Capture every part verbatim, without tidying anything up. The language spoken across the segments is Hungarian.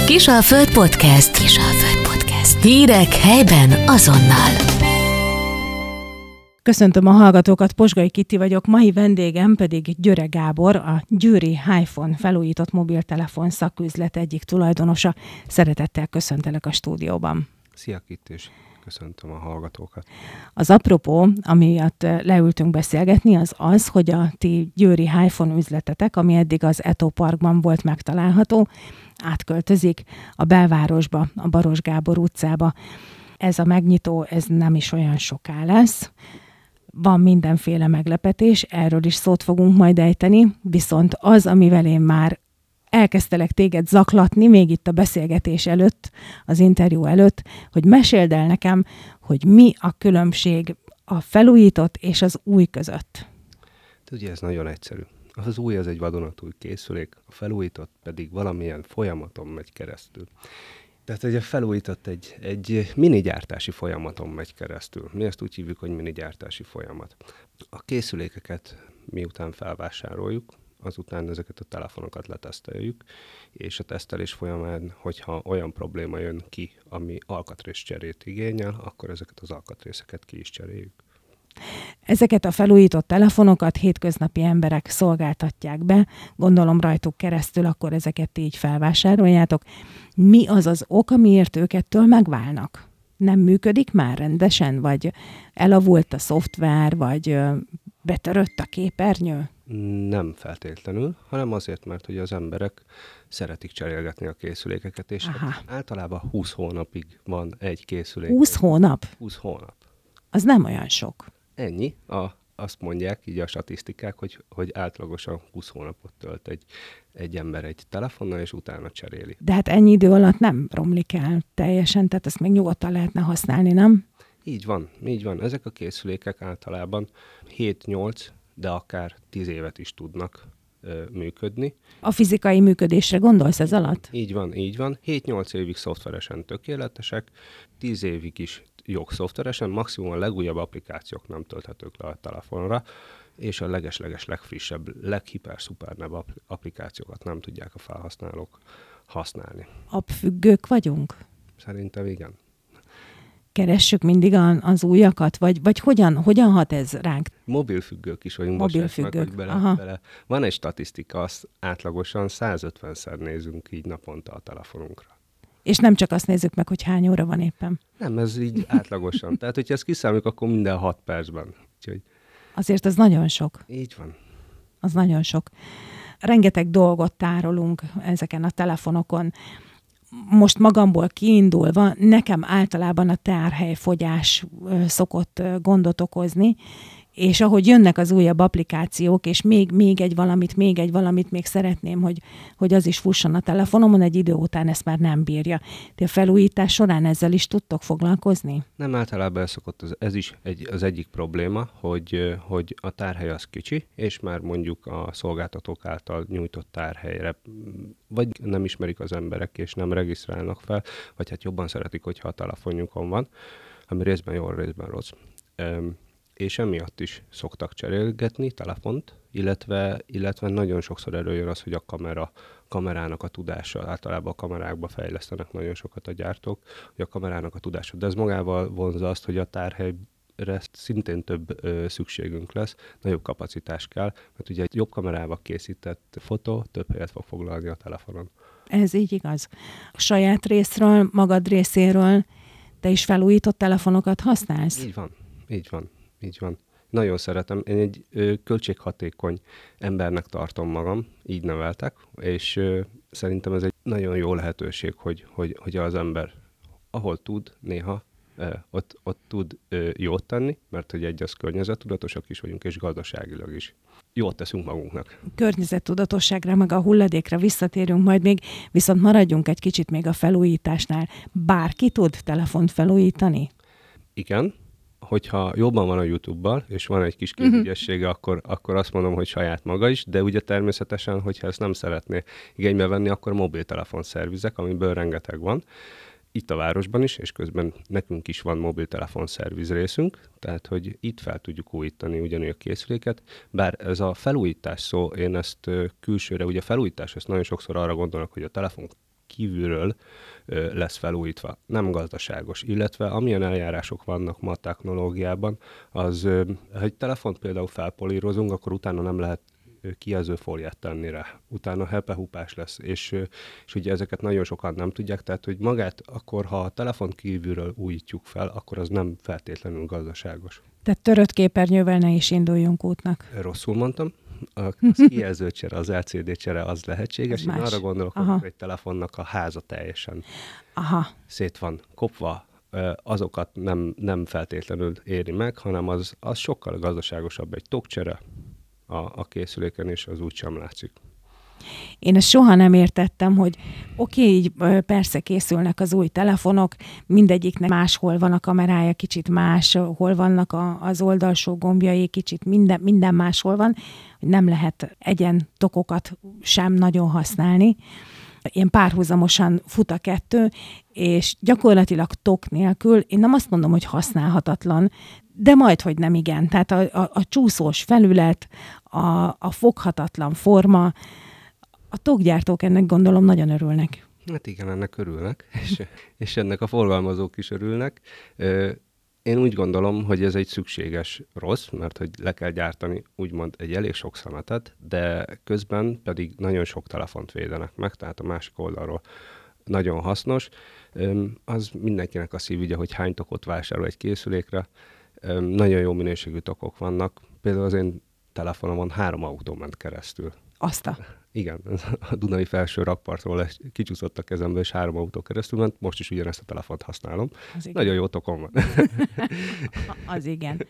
Kisalföld Podcast. Kisalföld Podcast. Hírek helyben azonnal. Köszöntöm a hallgatókat, Posgai Kitti vagyok, mai vendégem pedig Györe Gábor, a Győri iPhone felújított mobiltelefon szaküzlet egyik tulajdonosa. Szeretettel köszöntelek a stúdióban. Szia Kitti, és köszöntöm a hallgatókat. Az apropó, amiatt leültünk beszélgetni, az az, hogy a ti győri iPhone üzletetek, ami eddig az Eto Parkban volt megtalálható, átköltözik a belvárosba, a Baros Gábor utcába. Ez a megnyitó, ez nem is olyan soká lesz. Van mindenféle meglepetés, erről is szót fogunk majd ejteni, viszont az, amivel én már elkezdtelek téged zaklatni, még itt a beszélgetés előtt, az interjú előtt, hogy meséld el nekem, hogy mi a különbség a felújított és az új között. Ugye ez nagyon egyszerű. Az új az egy vadonatúj készülék, a felújított pedig valamilyen folyamaton megy keresztül. Tehát ugye felújított egy, egy mini gyártási folyamaton megy keresztül. Mi ezt úgy hívjuk, hogy mini gyártási folyamat. A készülékeket miután felvásároljuk, azután ezeket a telefonokat leteszteljük, és a tesztelés folyamán, hogyha olyan probléma jön ki, ami alkatrészcserét igényel, akkor ezeket az alkatrészeket ki is cseréljük. Ezeket a felújított telefonokat hétköznapi emberek szolgáltatják be, gondolom rajtuk keresztül, akkor ezeket így felvásároljátok. Mi az az ok, amiért ők ettől megválnak? Nem működik már rendesen, vagy elavult a szoftver, vagy betörött a képernyő? Nem feltétlenül, hanem azért, mert hogy az emberek szeretik cserélgetni a készülékeket, és hát általában húsz hónapig van egy készülék. húsz hónap? húsz hónap. Az nem olyan sok. Ennyi. A, azt mondják így a statisztikák, hogy, hogy átlagosan húsz hónapot tölt egy, egy ember egy telefonnal, és utána cseréli. De hát ennyi idő alatt nem romlik el teljesen, tehát ezt még nyugodtan lehetne használni, nem? Így van, így van. Ezek a készülékek általában hét-nyolc, de akár tíz évet is tudnak ö, működni. A fizikai működésre gondolsz ez alatt? Így van, így van. hét-nyolc évig szoftveresen tökéletesek, tíz évig is jogszoftveresen, maximum a legújabb applikációk nem tölthetők le a telefonra, és a leges-leges legfrissebb, leghiper-szupernebb applikációkat nem tudják a felhasználók használni. Appfüggők vagyunk? Szerintem igen. Keressük mindig a, az újakat, vagy, vagy hogyan, hogyan hat ez ránk? Mobilfüggők is vagyunk. Mobilfüggők, meg, hogy bele, bele. Van egy statisztika, azt átlagosan százötvenszer nézünk így naponta a telefonunkra. És nem csak azt nézzük meg, hogy hány óra van éppen. Nem, ez így átlagosan. Tehát, hogyha ezt kiszámoljuk, akkor minden hat percben. Úgyhogy... Azért az nagyon sok. Így van. Az nagyon sok. Rengeteg dolgot tárolunk ezeken a telefonokon. Most magamból kiindulva, nekem általában a tárhelyfogyás szokott gondot okozni, és ahogy jönnek az újabb applikációk, és még, még egy valamit, még egy valamit még szeretném, hogy, hogy az is fusson a telefonomon, egy idő után ezt már nem bírja. Ti a felújítás során ezzel is tudtok foglalkozni? Nem, általában ez szokott, az, ez is egy, az egyik probléma, hogy, hogy a tárhely az kicsi, és már mondjuk a szolgáltatók által nyújtott tárhelyre vagy nem ismerik az emberek, és nem regisztrálnak fel, vagy hát jobban szeretik, hogyha a telefonjukon van, ami részben jó, részben rossz. Um, és emiatt is szoktak cserélgetni telefont, illetve, illetve nagyon sokszor előjön az, hogy a kamera, kamerának a tudása, általában a kamerákba fejlesztenek nagyon sokat a gyártók, hogy a kamerának a tudása, de ez magával vonzza azt, hogy a tárhelyre szintén több ö, szükségünk lesz, nagyobb kapacitás kell, mert ugye egy jobb kamerával készített fotó több helyet fog foglalni a telefonon. Ez így igaz. A saját részről, magad részéről te is felújított telefonokat használsz? Így van, így van. Így van. Nagyon szeretem. Én egy ö, költséghatékony embernek tartom magam, így neveltek, és ö, szerintem ez egy nagyon jó lehetőség, hogy, hogy, hogy az ember ahol tud, néha ö, ott, ott tud ö, jót tenni, mert hogy egy az környezettudatosak is vagyunk, és gazdaságilag is jót teszünk magunknak. Környezettudatosságra, meg a hulladékra visszatérünk majd még, viszont maradjunk egy kicsit még a felújításnál. Bárki tud telefont felújítani? Igen. Hogyha jobban van a YouTube-bal, és van egy kis kézügyessége, uh-huh. akkor, akkor azt mondom, hogy saját maga is, de ugye természetesen, hogyha ezt nem szeretné igénybe venni, akkor mobiltelefon szervizek, amiből rengeteg van. Itt a városban is, és közben nekünk is van mobiltelefon szerviz részünk, tehát hogy itt fel tudjuk újítani ugyanúgy a készüléket, bár ez a felújítás szó, én ezt külsőre, ugye a felújítás, ezt nagyon sokszor arra gondolok, hogy a telefon kívülről ö, lesz felújítva. Nem gazdaságos. Illetve amilyen eljárások vannak ma a technológiában, az, ö, ha egy telefont például felpolírozunk, akkor utána nem lehet kijelzőfóliát tenni rá. Utána hepehupás lesz, és, és ugye ezeket nagyon sokan nem tudják, tehát hogy magát akkor, ha a telefon kívülről újítjuk fel, akkor az nem feltétlenül gazdaságos. Tehát törött képernyővel ne is induljunk útnak. Rosszul mondtam. A kijelzőcsere, az el cé dé csere az lehetséges. Én arra gondolok, Aha. hogy egy telefonnak a háza teljesen Aha. szét van kopva, azokat nem, nem feltétlenül éri meg, hanem az, az sokkal gazdaságosabb egy tokcsere a, a készüléken, és az úgy sem látszik. Én ezt soha nem értettem, hogy oké, okay, így persze készülnek az új telefonok, mindegyiknek máshol van a kamerája, kicsit más, hol vannak a, az oldalsó gombjai, kicsit minden, minden máshol van, hogy nem lehet egyen tokokat sem nagyon használni. Ilyen párhuzamosan fut a kettő, és gyakorlatilag tok nélkül, én nem azt mondom, hogy használhatatlan, de majdhogy nem igen. Tehát a, a, a csúszós felület, a, a foghatatlan forma, a tokgyártók ennek gondolom nagyon örülnek. Hát igen, ennek örülnek, és, és ennek a forgalmazók is örülnek. Én úgy gondolom, hogy ez egy szükséges rossz, mert hogy le kell gyártani úgymond egy elég sok szemetet, de közben pedig nagyon sok telefont védenek meg, tehát a másik oldalról nagyon hasznos. Az mindenkinek a szívügye, hogy hány tokot vásárol egy készülékre. Nagyon jó minőségű tokok vannak. Például az én telefonomon három autó ment keresztül. Azt a... Igen, a Dunai felső rakpartról kicsúszott a kezembe, és három autó keresztül ment. Most is ugyanezt a telefont használom. Nagyon jó tokom van. Az igen.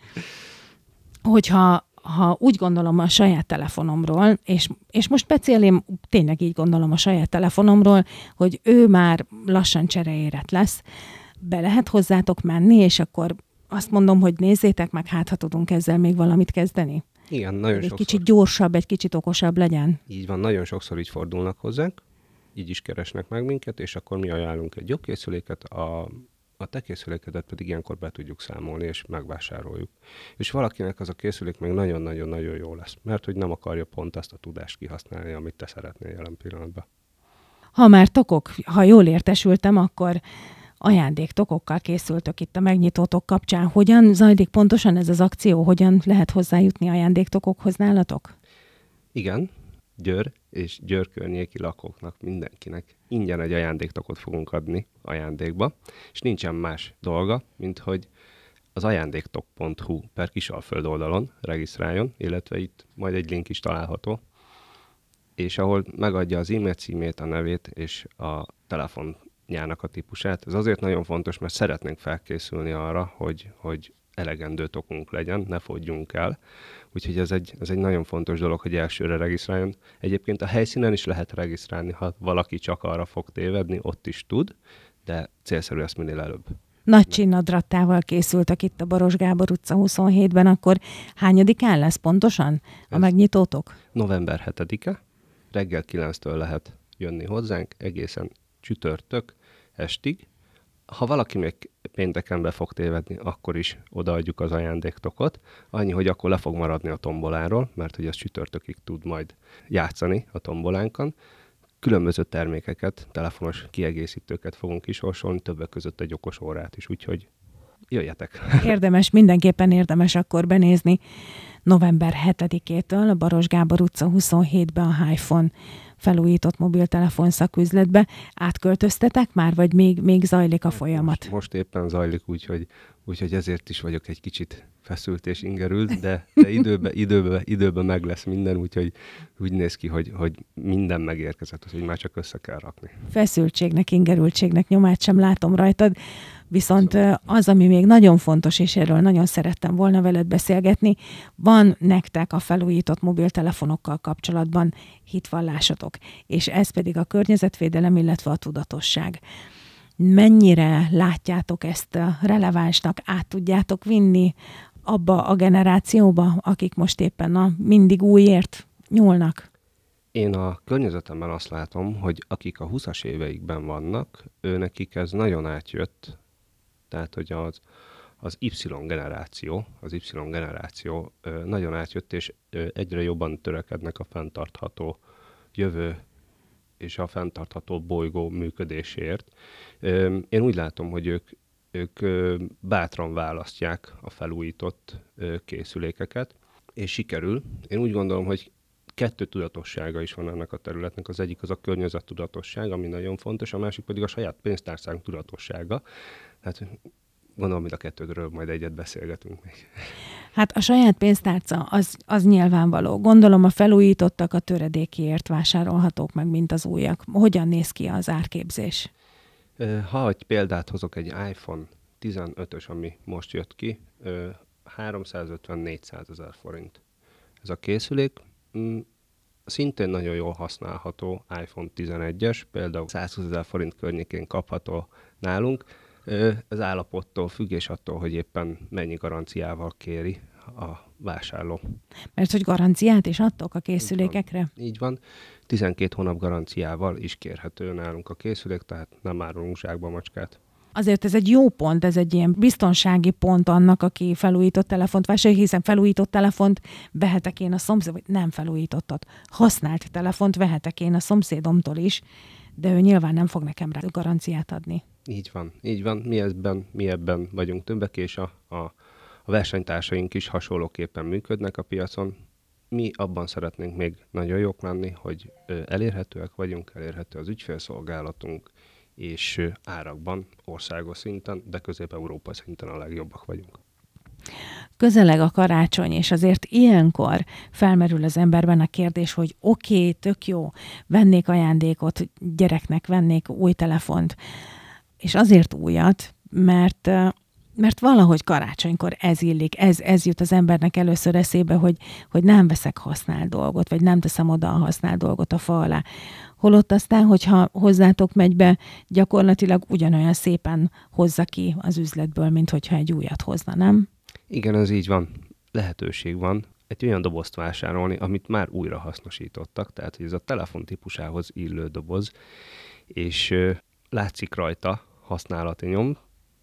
Hogyha ha úgy gondolom a saját telefonomról, és, és most speciál tényleg így gondolom a saját telefonomról, hogy ő már lassan csereérett lesz, be lehet hozzátok menni, és akkor azt mondom, hogy nézzétek meg, hát ha tudunk ezzel még valamit kezdeni. Igen, nagyon egy sokszor. Egy kicsit gyorsabb, egy kicsit okosabb legyen. Így van, nagyon sokszor így fordulnak hozzánk, így is keresnek meg minket, és akkor mi ajánlunk egy jobb készüléket, a, a te készülékedet pedig ilyenkor be tudjuk számolni, és megvásároljuk. És valakinek az a készülék még nagyon-nagyon-nagyon jó lesz, mert hogy nem akarja pont azt a tudást kihasználni, amit te szeretnél jelen pillanatban. Ha már tokok, ha jól értesültem, akkor ajándéktokokkal készültök itt a megnyitótok kapcsán. Hogyan zajlik pontosan ez az akció? Hogyan lehet hozzájutni ajándéktokokhoz nálatok? Igen, Győr és Győr környéki lakóknak, mindenkinek ingyen egy ajándéktokot fogunk adni ajándékba, és nincsen más dolga, mint hogy az ajándéktok pont hu per Kisalföld oldalon regisztráljon, illetve itt majd egy link is található, és ahol megadja az e-mail címét, a nevét és a telefonjának a típusát. Ez azért nagyon fontos, mert szeretnénk felkészülni arra, hogy, hogy elegendő tokunk legyen, ne fogyjunk el. Úgyhogy ez egy, ez egy nagyon fontos dolog, hogy elsőre regisztráljon. Egyébként a helyszínen is lehet regisztrálni, ha valaki csak arra fog tévedni, ott is tud, de célszerű ezt minél előbb. Nagy csinnadrattával készültek itt a Baros Gábor utca huszonhétben, akkor hányadikán lesz pontosan a ez megnyitótok? november hetedike, reggel kilenctől lehet jönni hozzánk, egészen csütörtök estig. Ha valaki még pénteken be fog tévedni, akkor is odaadjuk az ajándéktokot. Annyi, hogy akkor le fog maradni a tomboláról, mert hogy az csütörtökig tud majd játszani a tombolánkon. Különböző termékeket, telefonos kiegészítőket fogunk kisorsolni, többek között egy okos órát is, úgyhogy jöjjetek! Érdemes, mindenképpen érdemes akkor benézni november hetedikétől a Baros Gábor utca huszonhétben a Hi-Phone felújított mobiltelefon szaküzletbe. Átköltöztetek már, vagy még, még zajlik a folyamat? Most, most éppen zajlik, úgyhogy, úgyhogy ezért is vagyok egy kicsit feszült és ingerült, de, de időben időbe, időbe meg lesz minden, úgyhogy úgy néz ki, hogy, hogy minden megérkezett, hogy már csak össze kell rakni. Feszültségnek, ingerültségnek nyomát sem látom rajtad, viszont az, ami még nagyon fontos, és erről nagyon szerettem volna veled beszélgetni, van nektek a felújított mobiltelefonokkal kapcsolatban hitvallásotok, és ez pedig a környezetvédelem, illetve a tudatosság. Mennyire látjátok ezt relevánsnak, át tudjátok vinni abba a generációba, akik most éppen a mindig újért nyúlnak? Én a környezetemben azt látom, hogy akik a huszas éveikben vannak, ő nekik ez nagyon átjött, tehát hogy az, az Y generáció, az Y generáció ö, nagyon átjött, és ö, egyre jobban törekednek a fenntartható jövő és a fenntartható bolygó működéséért. Én úgy látom, hogy ők, ők bátran választják a felújított készülékeket, és sikerül. Én úgy gondolom, hogy kettő tudatossága is van ennek a területnek. Az egyik az a környezettudatosság, ami nagyon fontos, a másik pedig a saját pénztárcánk tudatossága. Hát gondolom, hogy a kettőről majd egyet beszélgetünk még. Hát a saját pénztárca az, az nyilvánvaló. Gondolom a felújítottak a töredékiért vásárolhatók meg, mint az újak. Hogyan néz ki az árképzés? Ha egy példát hozok, egy iPhone tizenötös, ami most jött ki, háromszázötven-négyszázezer forint. Ez a készülék szintén nagyon jól használható iPhone tizenegyes, például százhúszezer forint környékén kapható nálunk. Az állapottól függ, és attól, hogy éppen mennyi garanciával kéri a vásárló. Mert hogy garanciát is adtok a készülékekre? Így van. Így van. tizenkét hónap garanciával is kérhető nálunk a készülék, tehát nem árulunk zsákba macskát. Azért ez egy jó pont, ez egy ilyen biztonsági pont annak, aki felújított telefont vásárol, hiszen felújított telefont vehetek én a szomszéd, vagy nem felújítottat, használt telefont vehetek én a szomszédomtól is, de ő nyilván nem fog nekem rá garanciát adni. Így van, így van. Mi ebben, mi ebben vagyunk többek, és a, a, a versenytársaink is hasonlóképpen működnek a piacon. Mi abban szeretnénk még nagyon jók lenni, hogy elérhetőek vagyunk, elérhető az ügyfélszolgálatunk, és árakban országos szinten, de Közép-Európa szinten a legjobbak vagyunk. Közeleg a karácsony, és azért ilyenkor felmerül az emberben a kérdés, hogy oké, okay, tök jó, vennék ajándékot gyereknek, vennék új telefont, és azért újat, mert, mert valahogy karácsonykor ez illik, ez, ez jut az embernek először eszébe, hogy, hogy nem veszek használt dolgot, vagy nem teszem oda a használt dolgot a fa alá. Holott aztán, hogyha hozzátok megy be, gyakorlatilag ugyanolyan szépen hozza ki az üzletből, mint hogyha egy újat hozna, nem? Igen, ez így van. Lehetőség van egy olyan dobozt vásárolni, amit már újra hasznosítottak, tehát hogy ez a telefon típusához illő doboz, és ö, látszik rajta használati nyom,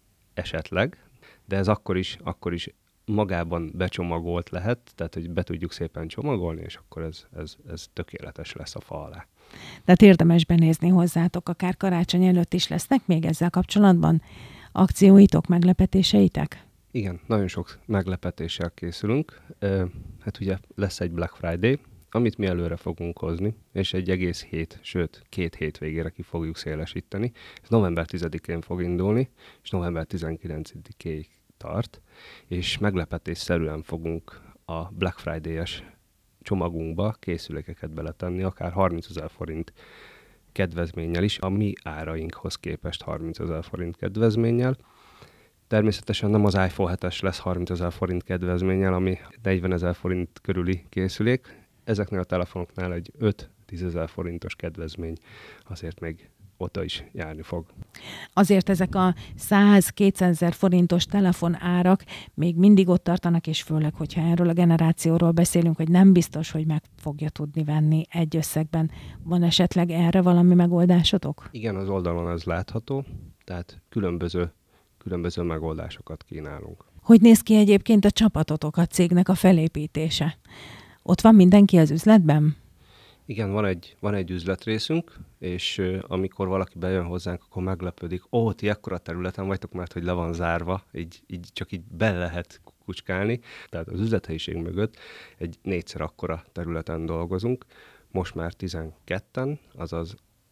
esetleg, de ez akkor is, akkor is magában becsomagolt lehet, tehát hogy be tudjuk szépen csomagolni, és akkor ez, ez, ez tökéletes lesz a fa alá. Tehát érdemes benézni hozzátok, akár karácsony előtt is lesznek még ezzel kapcsolatban akcióitok, meglepetéseitek? Igen, nagyon sok meglepetéssel készülünk. Hát ugye lesz egy Black Friday, amit mi előre fogunk hozni, és egy egész hét, sőt két hét végére ki fogjuk szélesíteni. Ez november tizedikén fog indulni, és november tizenkilencedikéig tart, és meglepetésszerűen fogunk a Black Friday-es csomagunkba készülékeket beletenni, akár harmincezer forint kedvezménnyel is, a mi árainkhoz képest harmincezer forint kedvezménnyel. Természetesen nem az iPhone hetes lesz harmincezer forint kedvezménnyel, ami negyvenezer forint körüli készülék. Ezeknél a telefonoknál egy öt-tízezer forintos kedvezmény azért még oda is járni fog. Azért ezek a száz-kétszázezer forintos telefon árak még mindig ott tartanak, és főleg, hogyha erről a generációról beszélünk, hogy nem biztos, hogy meg fogja tudni venni egy összegben. Van esetleg erre valami megoldásotok? Igen, az oldalon ez látható, tehát különböző, különböző megoldásokat kínálunk. Hogy néz ki egyébként a csapatotok, a cégnek a felépítése? Ott van mindenki az üzletben? Igen, van egy, van egy üzletrészünk, és uh, amikor valaki bejön hozzánk, akkor meglepődik, ó, ti ekkora területen vagytok, mert hogy le van zárva, így, így csak így be lehet kucskálni. Tehát az üzlethelyiség mögött egy négyszer akkora területen dolgozunk, most már tizenketten, azaz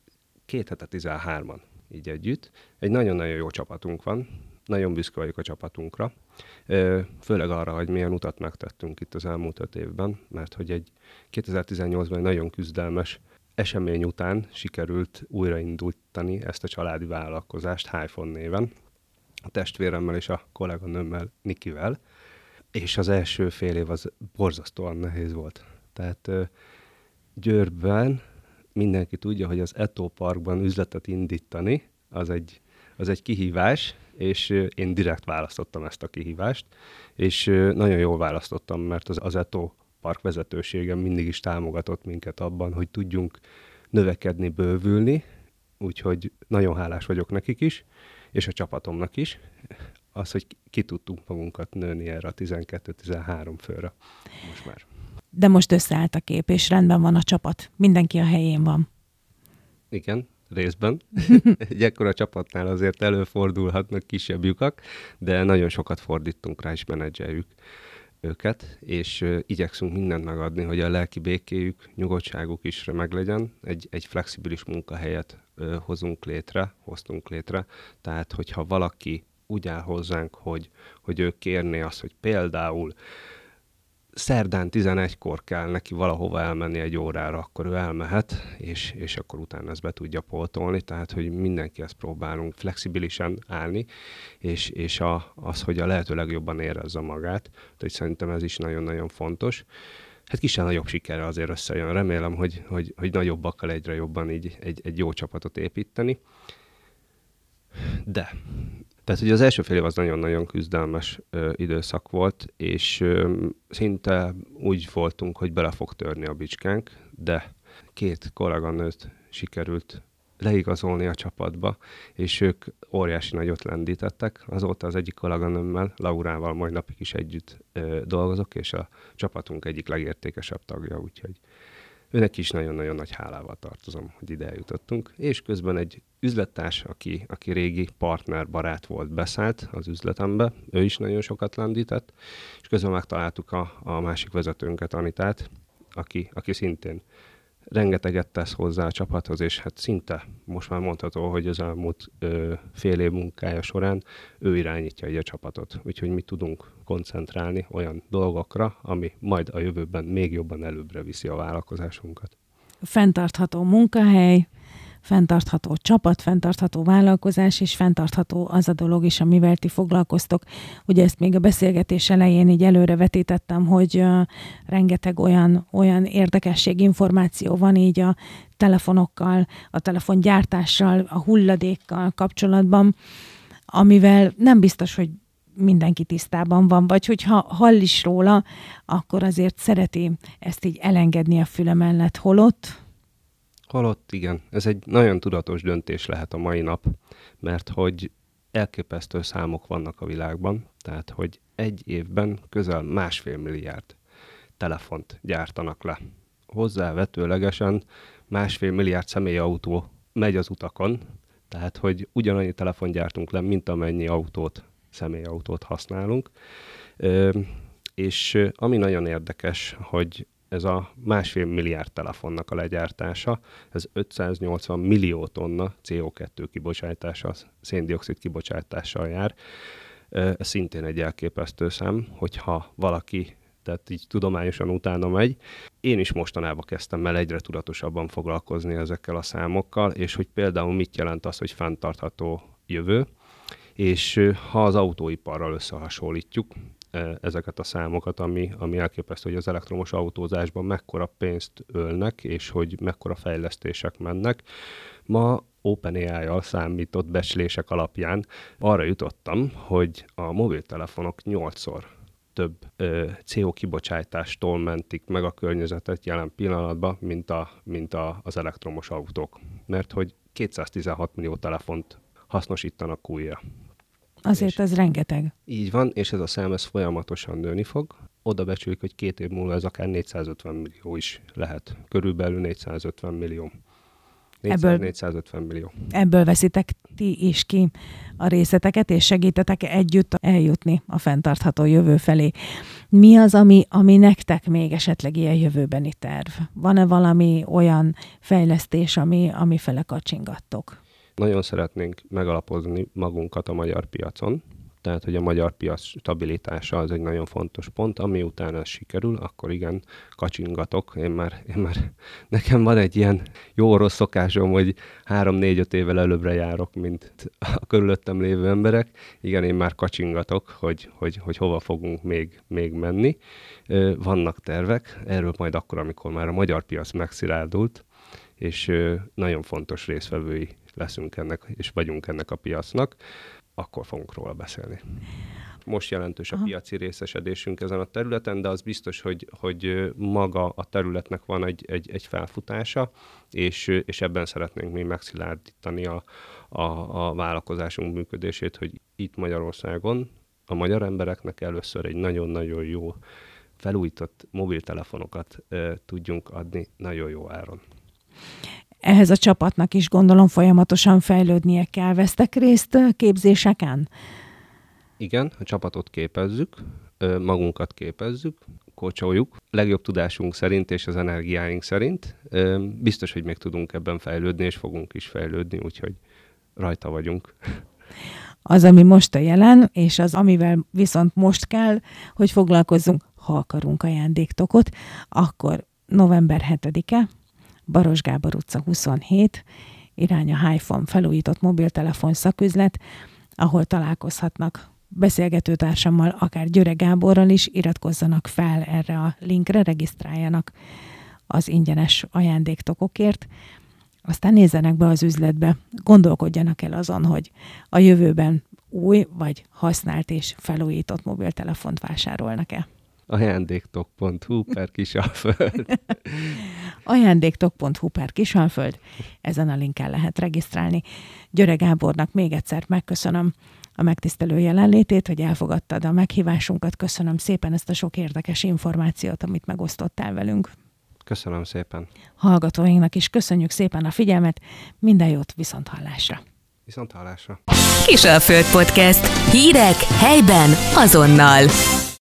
két hete tizenhárman így együtt. Egy nagyon-nagyon jó csapatunk van, nagyon büszke vagyok a csapatunkra, főleg arra, hogy milyen utat megtettünk itt az elmúlt öt évben, mert hogy egy kétezer-tizennyolcban egy nagyon küzdelmes esemény után sikerült újraindítani ezt a családi vállalkozást iPhone néven, a testvéremmel és a kolléganőmmel, Nikivel, és az első fél év az borzasztóan nehéz volt. Tehát Győrben mindenki tudja, hogy az Eto Parkban üzletet indítani, az egy, az egy kihívás, és én direkt választottam ezt a kihívást, és nagyon jól választottam, mert az, az Eto Park vezetősége mindig is támogatott minket abban, hogy tudjunk növekedni, bővülni, úgyhogy nagyon hálás vagyok nekik is, és a csapatomnak is, az, hogy ki tudtunk magunkat nőni erre a tizenkettő-tizenhárom főre most már. De most összeállt a kép, és rendben van a csapat. Mindenki a helyén van. Igen, részben. Egy ekkora csapatnál azért előfordulhatnak kisebb lyukak, de nagyon sokat fordítunk rá, és menedzseljük őket, és uh, igyekszünk mindent megadni, hogy a lelki békéjük, nyugodtságuk is meglegyen. Egy, egy flexibilis munkahelyet uh, hozunk létre, hoztunk létre, tehát hogyha valaki úgy áll hozzánk, hogy, hogy ő kérné azt, hogy például szerdán tizenegykor kell neki valahova elmenni egy órára, akkor ő elmehet, és, és akkor utána ezt be tudja pótolni, tehát hogy mindenkihez próbálunk flexibilisen állni, és, és a, az, hogy a lehető legjobban érezze magát, úgyhogy szerintem ez is nagyon-nagyon fontos. Hát kisebb nagyobb sikerre azért összejön. Remélem, hogy, hogy, hogy nagyobbakkal egyre jobban így egy, egy jó csapatot építeni. De... Tehát ugye az első fél év az nagyon-nagyon küzdelmes ö, időszak volt, és ö, szinte úgy voltunk, hogy bele fog törni a bicskánk, de két kolléganőt sikerült leigazolni a csapatba, és ők óriási nagyot lendítettek. Azóta az egyik kolléganőmmel, Laurával majd napig is együtt ö, dolgozok, és a csapatunk egyik legértékesebb tagja, úgyhogy őnek is nagyon-nagyon nagy hálával tartozom, hogy ide eljutottunk. És közben egy üzlettárs, aki, aki régi partner, barát volt, beszállt az üzletembe, ő is nagyon sokat lendített, és közben megtaláltuk a, a másik vezetőnket, Anitát, aki, aki szintén rengeteget tesz hozzá a csapathoz, és hát szinte most már mondható, hogy az elmúlt ö, fél év munkája során ő irányítja így a csapatot. Úgyhogy mi tudunk koncentrálni olyan dolgokra, ami majd a jövőben még jobban előbbre viszi a vállalkozásunkat. Fenntartható munkahely, fenntartható csapat, fenntartható vállalkozás, és fenntartható az a dolog is, amivel ti foglalkoztok. Ugye ezt még a beszélgetés elején így előrevetítettem, hogy uh, rengeteg olyan, olyan érdekesség, információ van így a telefonokkal, a telefongyártással, a hulladékkal kapcsolatban, amivel nem biztos, hogy mindenki tisztában van, vagy hogyha hall is róla, akkor azért szereti ezt így elengedni a füle mellett, holott. Holott, igen. Ez egy nagyon tudatos döntés lehet a mai nap, mert hogy elképesztő számok vannak a világban, tehát hogy egy évben közel másfél milliárd telefont gyártanak le. Hozzávetőlegesen másfél milliárd személyautó megy az utakon, tehát hogy ugyanannyi telefon gyártunk le, mint amennyi autót, személyautót használunk. Ö, és ami nagyon érdekes, hogy ez a másfél milliárd telefonnak a legyártása, ez ötszáznyolcvan millió tonna cé o kettő kibocsátása, széndioxid kibocsátással jár. Ez szintén egy elképesztő szám, hogyha valaki, tehát így tudományosan utána megy. Én is mostanában kezdtem el egyre tudatosabban foglalkozni ezekkel a számokkal, és hogy például mit jelent az, hogy fenntartható jövő, és ha az autóiparral összehasonlítjuk ezeket a számokat, ami, ami elképesztő, hogy az elektromos autózásban mekkora pénzt ölnek, és hogy mekkora fejlesztések mennek. Ma OpenAI-jal számított becslések alapján arra jutottam, hogy a mobiltelefonok nyolcszor több ö, cé o kibocsátástól mentik meg a környezetet jelen pillanatban, mint, a, mint a, az elektromos autók. Mert hogy kétszáztizenhat millió telefont hasznosítanak újra. Azért ez rengeteg. Így van, és ez a szám ez folyamatosan nőni fog. Oda becsüljük, hogy két év múlva ez akár négyszázötven millió is lehet. Körülbelül négyszázötven millió. Ebből, négyszázötven millió. Ebből veszitek ti is ki a részleteket, és segítetek együtt eljutni a fenntartható jövő felé. Mi az, ami, ami nektek még esetleg ilyen jövőbeni terv? Van-e valami olyan fejlesztés, ami, ami fele kacsingattok? Nagyon szeretnénk megalapozni magunkat a magyar piacon, tehát hogy a magyar piac stabilitása az egy nagyon fontos pont, ami után ez sikerül, akkor igen, kacsingatok. Én már, én már, nekem van egy ilyen jó-rossz szokásom, hogy három-négy-öt évvel előbbre járok, mint a körülöttem lévő emberek. Igen, én már kacsingatok, hogy, hogy, hogy hova fogunk még, még menni. Vannak tervek, erről majd akkor, amikor már a magyar piac megszilárdult, és nagyon fontos résztvevői leszünk ennek, és vagyunk ennek a piacnak, akkor fogunk róla beszélni. Most jelentős a piaci részesedésünk ezen a területen, de az biztos, hogy, hogy maga a területnek van egy, egy, egy felfutása, és, és ebben szeretnénk még megszilárdítani a, a, a vállalkozásunk működését, hogy itt Magyarországon a magyar embereknek először egy nagyon-nagyon jó felújított mobiltelefonokat e, tudjunk adni nagyon jó áron. Ehhez a csapatnak is gondolom folyamatosan fejlődnie kell. Vesztek részt képzéseken? Igen, a csapatot képezzük, magunkat képezzük, kócsoljuk, legjobb tudásunk szerint és az energiáink szerint. Biztos, hogy még tudunk ebben fejlődni, és fogunk is fejlődni, úgyhogy rajta vagyunk. Az, ami most a jelen, és az, amivel viszont most kell, hogy foglalkozzunk, ha akarunk ajándéktokot, akkor november hetedike, Baros Gábor utca huszonhét, irány a Hi-Phone felújított mobiltelefon szaküzlet, ahol találkozhatnak beszélgetőtársammal, akár Györe Gáborral is, iratkozzanak fel erre a linkre, regisztráljanak az ingyenes ajándéktokokért, aztán nézzenek be az üzletbe, gondolkodjanak el azon, hogy a jövőben új vagy használt és felújított mobiltelefont vásárolnak-e. ajándéktok pont hu per Kisalföld. ajándéktok pont hu per Kisalföld. Ezen a linken lehet regisztrálni. Györe Gábornak még egyszer megköszönöm a megtisztelő jelenlétét, hogy elfogadtad a meghívásunkat. Köszönöm szépen ezt a sok érdekes információt, amit megosztottál velünk. Köszönöm szépen. Hallgatóinknak is köszönjük szépen a figyelmet. Minden jót, viszont hallásra. Viszont hallásra. Kisalföld Podcast. Hírek helyben azonnal.